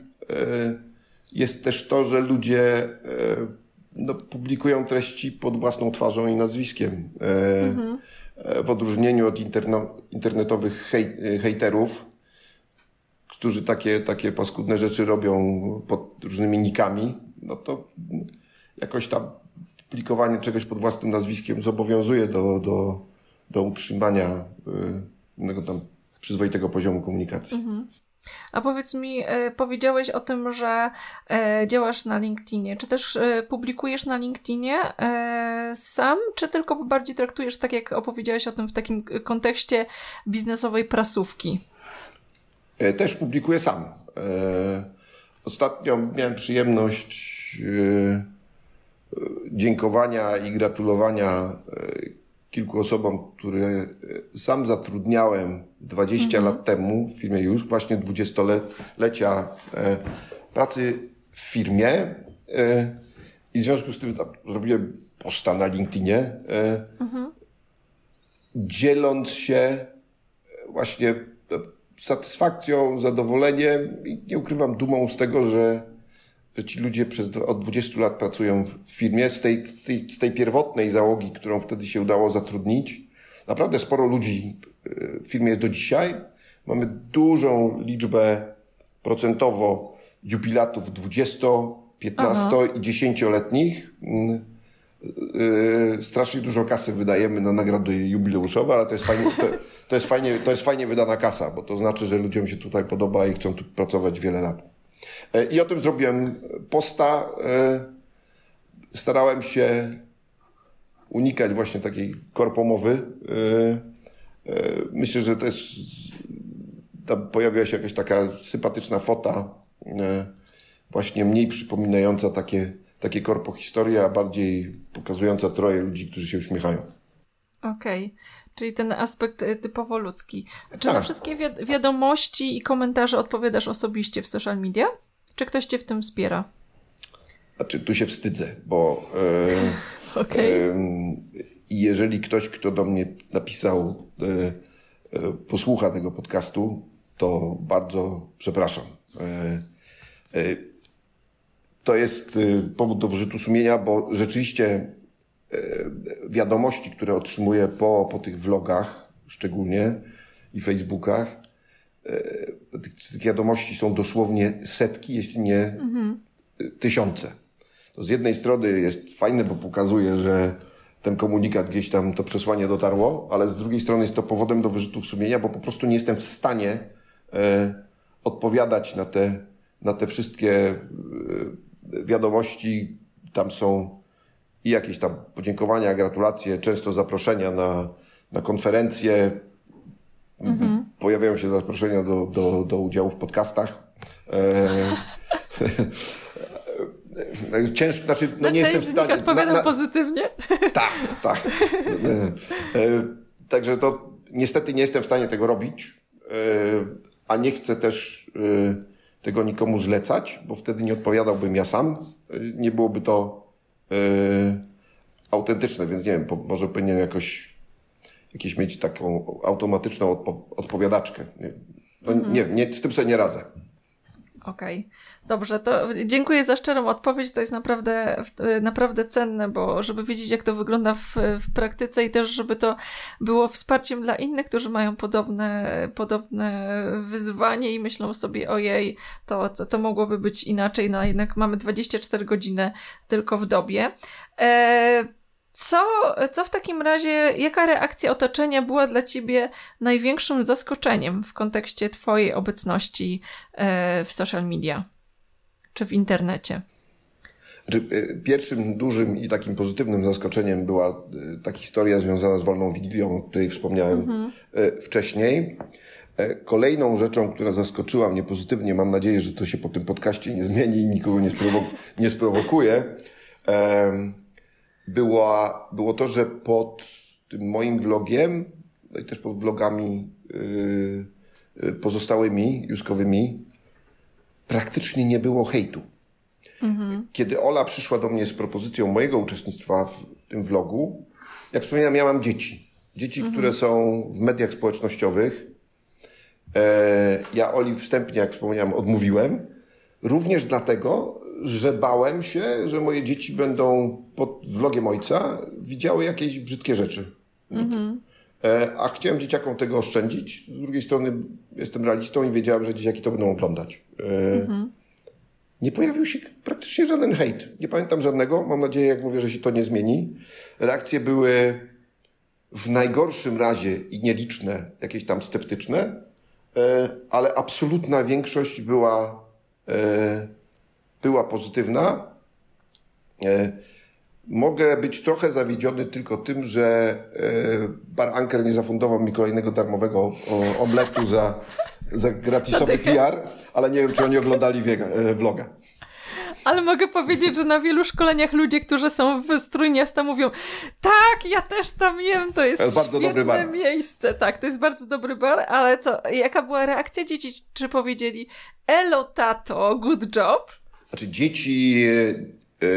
jest też to, że ludzie no, publikują treści pod własną twarzą i nazwiskiem. Mhm. W odróżnieniu od interno, internetowych hej, hejterów, którzy takie, takie paskudne rzeczy robią pod różnymi nikami, no to jakoś tam publikowanie czegoś pod własnym nazwiskiem zobowiązuje do, do, do utrzymania y, tam przyzwoitego poziomu komunikacji. Mhm. A powiedz mi, e, powiedziałeś o tym, że e, działasz na LinkedInie. Czy też e, publikujesz na LinkedInie e, sam, czy tylko bardziej traktujesz tak, jak opowiedziałeś o tym w takim kontekście biznesowej prasówki? E, też publikuję sam. E, ostatnio miałem przyjemność e, dziękowania i gratulowania e, kilku osobom, które sam zatrudniałem dwadzieścia mhm. lat temu w firmie Jusk, właśnie dwudziestolecia e, pracy w firmie e, i w związku z tym tam zrobiłem posta na LinkedInie, e, mhm. dzieląc się właśnie satysfakcją, zadowoleniem i nie ukrywam dumą z tego, że, że ci ludzie przez, od dwudziestu lat pracują w firmie, z tej, z tej, z tej pierwotnej załogi, którą wtedy się udało zatrudnić. Naprawdę sporo ludzi w firmie jest do dzisiaj. Mamy dużą liczbę procentowo jubilatów dwudziesto-, piętnasto- Aha. i dziesięcioletnich. Strasznie dużo kasy wydajemy na nagrody jubileuszowe, ale to jest fajnie, to, to jest fajnie, to jest fajnie wydana kasa, bo to znaczy, że ludziom się tutaj podoba i chcą tu pracować wiele lat. I o tym zrobiłem posta. Starałem się unikać właśnie takiej korpomowy. Myślę, że też tam pojawiła się jakaś taka sympatyczna fota, właśnie mniej przypominająca takie, takie korpo historie, a bardziej pokazująca troje ludzi, którzy się uśmiechają. Okej, okay. Czyli ten aspekt typowo ludzki. Czy tak. na wszystkie wi- wiadomości i komentarze odpowiadasz osobiście w social media? Czy ktoś cię w tym wspiera? Znaczy, tu się wstydzę, bo e, okay. e, jeżeli ktoś, kto do mnie napisał, e, e, posłucha tego podcastu, to bardzo przepraszam. E, e, to jest powód do wyrzutu sumienia, bo rzeczywiście wiadomości, które otrzymuję po, po tych vlogach szczególnie i Facebookach, tych, tych wiadomości są dosłownie setki, jeśli nie mhm. tysiące. To z jednej strony jest fajne, bo pokazuje, że ten komunikat gdzieś tam, to przesłanie dotarło, ale z drugiej strony jest to powodem do wyrzutów sumienia, bo po prostu nie jestem w stanie e, odpowiadać na te, na te wszystkie e, wiadomości. Tam są i jakieś tam podziękowania, gratulacje, często zaproszenia na, na konferencje. Mhm. Pojawiają się zaproszenia do, do, do udziału w podcastach. E, Ciężko, znaczy, no na nie jestem w stanie. Odpowiadam na, na, pozytywnie. Tak, tak. e, także to niestety nie jestem w stanie tego robić, e, a nie chcę też e, tego nikomu zlecać, bo wtedy nie odpowiadałbym ja sam. E, nie byłoby to e, autentyczne, więc nie wiem, po, może powinienem jakoś jakieś mieć taką automatyczną odpo, odpowiadaczkę. Nie, no, mhm. nie, nie, z tym sobie nie radzę. Okej, okay. Dobrze, to dziękuję za szczerą odpowiedź, to jest naprawdę, naprawdę cenne, bo żeby wiedzieć, jak to wygląda w, w praktyce i też, żeby to było wsparciem dla innych, którzy mają podobne, podobne wyzwanie i myślą sobie, ojej, to, to, to mogłoby być inaczej, no jednak mamy dwadzieścia cztery godziny tylko w dobie. E- Co, co w takim razie, jaka reakcja otoczenia była dla ciebie największym zaskoczeniem w kontekście twojej obecności w social media czy w internecie? Znaczy, pierwszym dużym i takim pozytywnym zaskoczeniem była ta historia związana z Wolną Wigilią, o której wspomniałem mhm. wcześniej. Kolejną rzeczą, która zaskoczyła mnie pozytywnie, mam nadzieję, że to się po tym podcaście nie zmieni i nikogo nie, sprowok- nie sprowokuje, Była, było to, że pod tym moim vlogiem, no i też pod vlogami yy, pozostałymi, juskowymi, praktycznie nie było hejtu. Mhm. Kiedy Ola przyszła do mnie z propozycją mojego uczestnictwa w tym vlogu, jak wspomniałem, ja mam dzieci. Dzieci, mhm. które są w mediach społecznościowych. E, ja Oli wstępnie, jak wspomniałem, odmówiłem. Również dlatego, że bałem się, że moje dzieci będą pod vlogiem ojca widziały jakieś brzydkie rzeczy. Mm-hmm. A chciałem dzieciakom tego oszczędzić. Z drugiej strony jestem realistą i wiedziałem, że dzieciaki to będą oglądać. Mm-hmm. Nie pojawił się praktycznie żaden hejt. Nie pamiętam żadnego. Mam nadzieję, jak mówię, że się to nie zmieni. Reakcje były w najgorszym razie i nieliczne, jakieś tam sceptyczne, ale absolutna większość była była pozytywna. E, mogę być trochę zawiedziony tylko tym, że e, Bar Anker nie zafundował mi kolejnego darmowego o, omletu za, za gratisowy P R, ale nie wiem, czy oni oglądali wiega, e, vloga. Ale mogę powiedzieć, że na wielu szkoleniach ludzie, którzy są w Trójmiasta mówią, tak, ja też tam jem, to jest, to jest bardzo dobry bar. Miejsce. Tak, to jest bardzo dobry bar, ale co, jaka była reakcja dzieci? Czy powiedzieli, elo tato, good job? Znaczy dzieci, yy,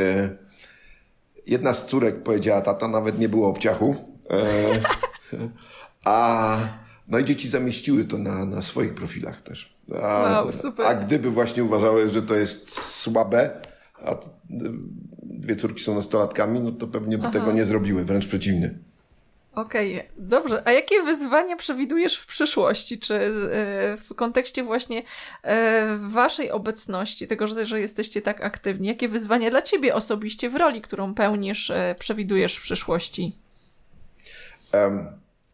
jedna z córek powiedziała, tata, nawet nie było obciachu, yy, a no i dzieci zamieściły to na, na swoich profilach też. A, wow, super. A gdyby właśnie uważały, że to jest słabe, a dwie córki są nastolatkami, no to pewnie by Aha. tego nie zrobiły, wręcz przeciwnie. Okej, okay, dobrze. A jakie wyzwania przewidujesz w przyszłości? Czy w kontekście właśnie waszej obecności, tego, że, że jesteście tak aktywni, jakie wyzwania dla ciebie osobiście w roli, którą pełnisz, przewidujesz w przyszłości? Um,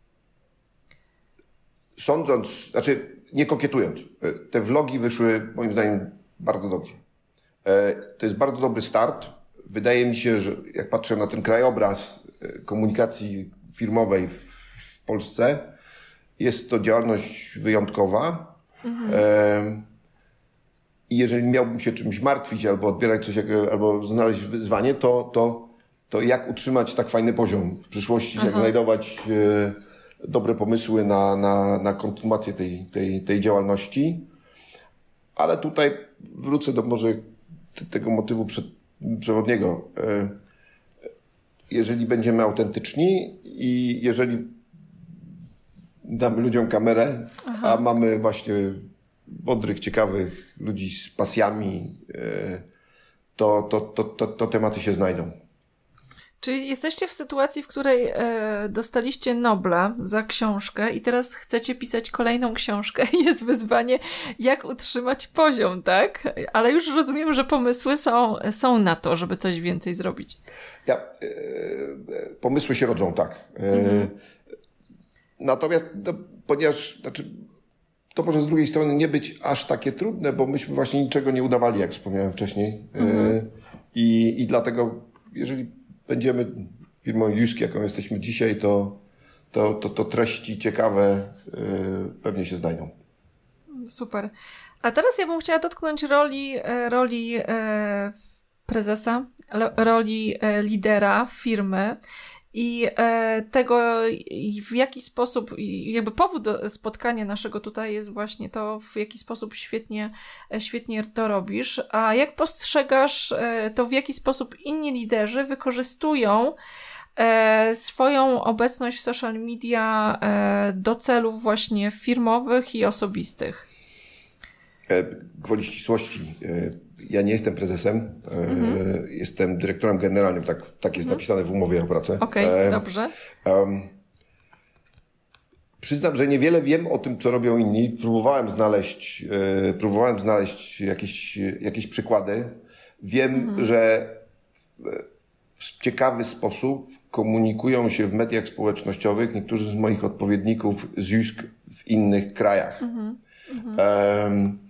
sądząc, znaczy nie kokietując, te vlogi wyszły moim zdaniem bardzo dobrze. To jest bardzo dobry start. Wydaje mi się, że jak patrzę na ten krajobraz komunikacji firmowej w Polsce, jest to działalność wyjątkowa. Mhm. I jeżeli miałbym się czymś martwić albo odbierać coś, albo znaleźć wyzwanie, to, to, to jak utrzymać tak fajny poziom w przyszłości, Aha. jak znajdować dobre pomysły na, na, na kontynuację tej, tej, tej działalności. Ale tutaj wrócę do może tego motywu przed, przewodniego. Jeżeli będziemy autentyczni i jeżeli damy ludziom kamerę, Aha. a mamy właśnie mądrych, ciekawych ludzi z pasjami, to, to, to, to, to tematy się znajdą. Czyli jesteście w sytuacji, w której e, dostaliście Nobla za książkę i teraz chcecie pisać kolejną książkę i jest wyzwanie, jak utrzymać poziom, tak? Ale już rozumiem, że pomysły są, są na to, żeby coś więcej zrobić. Ja, e, pomysły się rodzą, tak. E, mhm. Natomiast, no, ponieważ, znaczy, to może z drugiej strony nie być aż takie trudne, bo myśmy właśnie niczego nie udawali, jak wspomniałem wcześniej. Mhm. E, i, I dlatego, jeżeli będziemy firmą Jusk, jaką jesteśmy dzisiaj, to, to, to, to treści ciekawe yy, pewnie się znajdą. Super. A teraz ja bym chciała dotknąć roli, roli e, prezesa, roli e, lidera firmy i e, tego, w jaki sposób, jakby powód do spotkania naszego tutaj jest właśnie to, w jaki sposób świetnie, świetnie to robisz. A jak postrzegasz e, to, w jaki sposób inni liderzy wykorzystują e, swoją obecność w social media e, do celów właśnie firmowych i osobistych? Gwoli ścisłości. Ja nie jestem prezesem, mhm. jestem dyrektorem generalnym, tak, tak jest mhm. napisane w umowie o pracę. Okej, okay, dobrze. Um, przyznam, że niewiele wiem o tym, co robią inni. Próbowałem znaleźć, e, próbowałem znaleźć jakieś, jakieś przykłady. Wiem, mhm. że w ciekawy sposób komunikują się w mediach społecznościowych niektórzy z moich odpowiedników z Jusk w innych krajach. Mhm. Mhm. Um,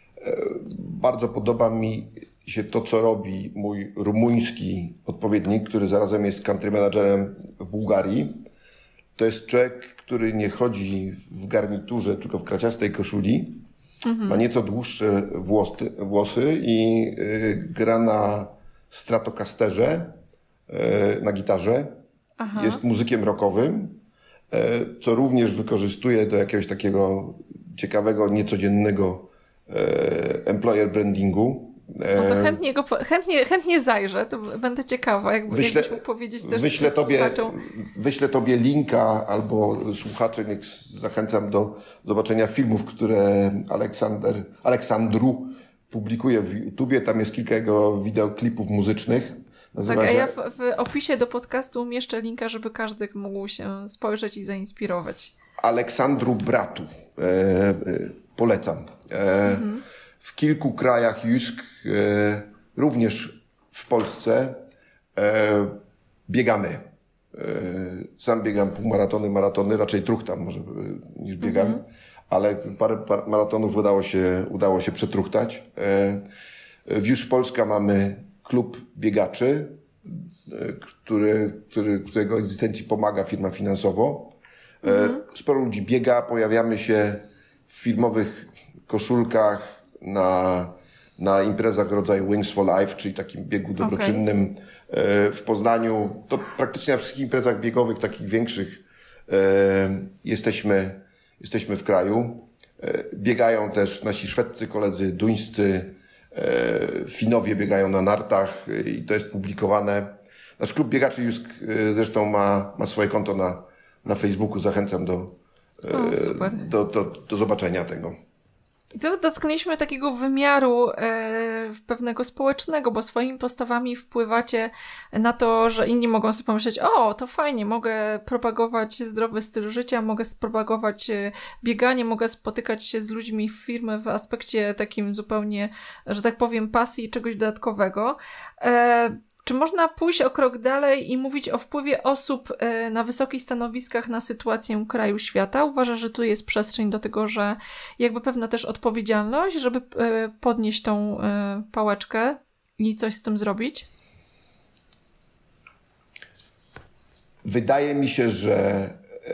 Bardzo podoba mi się to, co robi mój rumuński odpowiednik, który zarazem jest country managerem w Bułgarii. To jest człowiek, który nie chodzi w garniturze, tylko w kraciastej koszuli. Mhm. Ma nieco dłuższe włosy, włosy i y, gra na Stratocasterze, y, na gitarze. Aha. Jest muzykiem rockowym, y, co również wykorzystuje do jakiegoś takiego ciekawego, niecodziennego employer brandingu. No to chętnie, go, chętnie, chętnie zajrzę, to będę ciekawa, jakby, wyślę, jakbyś mógł powiedzieć też wyślę tobie, wyślę tobie linka albo słuchaczy, niech zachęcam do zobaczenia filmów, które Aleksander, Aleksandru publikuje w YouTubie. Tam jest kilka jego wideoklipów muzycznych. Nazywa tak, a ja w, w opisie do podcastu umieszczę linka, żeby każdy mógł się spojrzeć i zainspirować. Aleksandru Bratu. E, e, polecam. E, mhm. W kilku krajach Jusk, e, również w Polsce, e, biegamy. E, sam biegam półmaratony, maratony, raczej truchtam może niż biegam, mhm. ale parę, parę maratonów udało się, udało się przetruchtać. E, w Jusk Polska mamy klub biegaczy, e, który, który, którego egzystencji pomaga firma finansowo. E, mhm. Sporo ludzi biega, pojawiamy się w firmowych koszulkach na, na imprezach rodzaju Wings for Life, czyli takim biegu dobroczynnym okay. w Poznaniu. To praktycznie na wszystkich imprezach biegowych, takich większych, jesteśmy, jesteśmy w kraju. Biegają też nasi szwedzcy koledzy, duńscy, Finowie biegają na nartach i to jest publikowane. Nasz klub biegaczy Jusk zresztą ma, ma swoje konto na, na Facebooku. Zachęcam do, o, super. do, do, do zobaczenia tego. I tu dotknęliśmy takiego wymiaru e, pewnego społecznego, bo swoimi postawami wpływacie na to, że inni mogą sobie pomyśleć, o, to fajnie, mogę propagować zdrowy styl życia, mogę propagować bieganie, mogę spotykać się z ludźmi w firmy w aspekcie takim zupełnie, że tak powiem, pasji i czegoś dodatkowego. E, Czy można pójść o krok dalej i mówić o wpływie osób na wysokich stanowiskach na sytuację kraju, świata? Uważasz, że tu jest przestrzeń do tego, że jakby pewna też odpowiedzialność, żeby podnieść tą pałeczkę i coś z tym zrobić? Wydaje mi się, że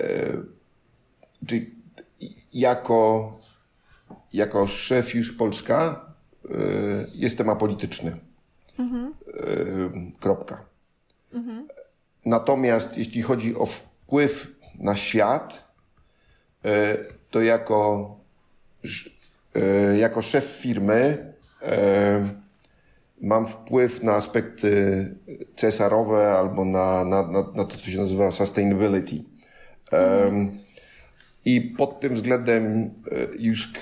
czyli jako, jako szef Jusk Polska jestem apolityczny. Mhm. Kropka. Mhm. Natomiast jeśli chodzi o wpływ na świat, to jako, jako szef firmy mam wpływ na aspekty C S R-owe albo na, na, na, na to, co się nazywa sustainability. Mhm. I pod tym względem Jusk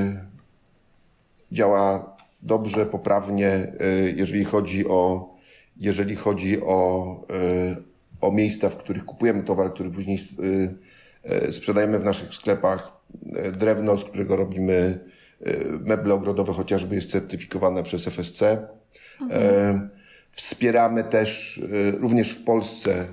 działa dobrze, poprawnie, jeżeli chodzi o jeżeli chodzi o, o miejsca, w których kupujemy towar, który później sprzedajemy w naszych sklepach. Drewno, z którego robimy meble ogrodowe, chociażby jest certyfikowane przez F S C. Mhm. Wspieramy też również w Polsce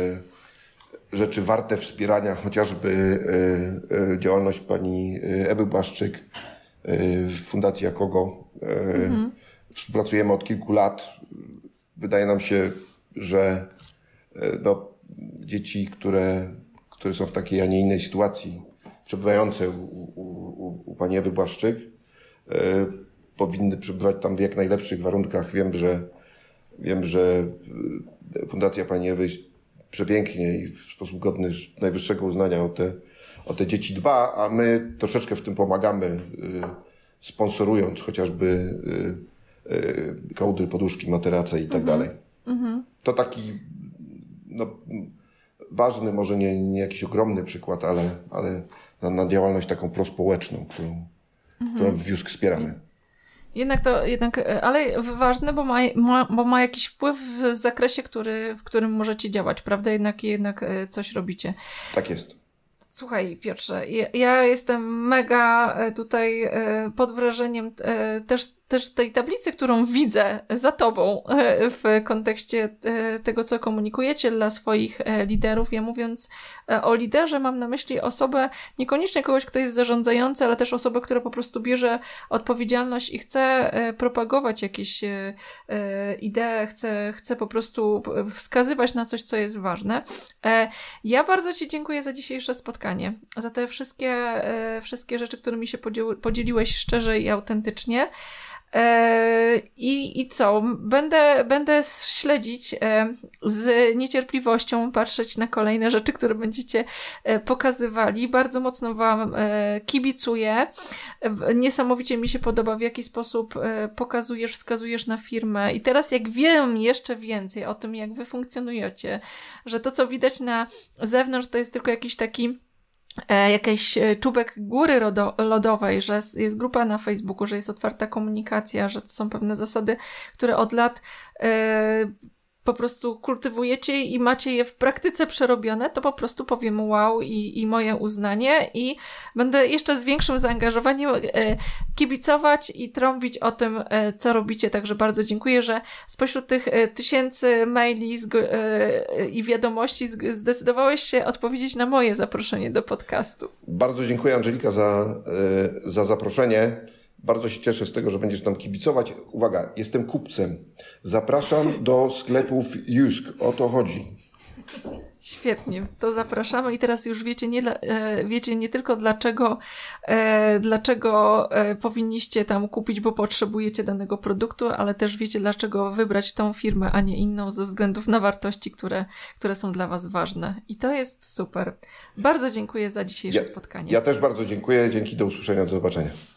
rzeczy warte wspierania, chociażby działalność pani Ewy Błaszczyk w Fundacji Akogo. Mhm. Współpracujemy od kilku lat. Wydaje nam się, że no, dzieci, które, które są w takiej, a nie innej sytuacji, przebywające u, u, u pani Ewy Błaszczyk, powinny przebywać tam w jak najlepszych warunkach. Wiem, że, wiem, że Fundacja pani Ewy przepięknie i w sposób godny najwyższego uznania o te, o te dzieci dba, a my troszeczkę w tym pomagamy, sponsorując chociażby kołdry, poduszki, materace i tak mhm. dalej. Mhm. To taki no, ważny, może nie, nie jakiś ogromny przykład, ale, ale na, na działalność taką prospołeczną, którą, mhm. którą w Jusk wspieramy. Jednak to, jednak, ale ważne, bo ma, ma, bo ma jakiś wpływ w zakresie, który, w którym możecie działać, prawda? Jednak, jednak coś robicie. Tak jest. Słuchaj, Piotrze, ja, ja jestem mega tutaj pod wrażeniem też, też tej tablicy, którą widzę za tobą w kontekście tego, co komunikujecie dla swoich liderów. Ja mówiąc o liderze, mam na myśli osobę, niekoniecznie kogoś, kto jest zarządzający, ale też osobę, która po prostu bierze odpowiedzialność i chce propagować jakieś idee, chce, chce po prostu wskazywać na coś, co jest ważne. Ja bardzo ci dziękuję za dzisiejsze spotkanie, za te wszystkie, wszystkie rzeczy, którymi się podzieliłeś szczerze i autentycznie. I, I co? Będę, będę śledzić z niecierpliwością, patrzeć na kolejne rzeczy, które będziecie pokazywali. Bardzo mocno wam kibicuję. Niesamowicie mi się podoba, w jaki sposób pokazujesz, wskazujesz na firmę. I teraz jak wiem jeszcze więcej o tym, jak wy funkcjonujecie, że to, co widać na zewnątrz, to jest tylko jakiś taki jakiś czubek góry rodo, lodowej, że jest grupa na Facebooku, że jest otwarta komunikacja, że to są pewne zasady, które od lat e, po prostu kultywujecie i macie je w praktyce przerobione, to po prostu powiem wow i, i moje uznanie i będę jeszcze z większym zaangażowaniem e, kibicować i trąbić o tym, e, co robicie. Także bardzo dziękuję, że spośród tych e, tysięcy maili z, e, i wiadomości z, zdecydowałeś się odpowiedzieć na moje zaproszenie do podcastu. Bardzo dziękuję, Angelika, za, e, za zaproszenie. Bardzo się cieszę z tego, że będziesz nam kibicować. Uwaga, jestem kupcem. Zapraszam do sklepów Jusk. O to chodzi. Świetnie, to zapraszamy i teraz już wiecie nie, dla, e, wiecie nie tylko dlaczego, e, dlaczego e, powinniście tam kupić, bo potrzebujecie danego produktu, ale też wiecie dlaczego wybrać tą firmę, a nie inną ze względów na wartości, które, które są dla was ważne. I to jest super. Bardzo dziękuję za dzisiejsze ja, spotkanie. Ja też bardzo dziękuję. Dzięki, do usłyszenia, do zobaczenia.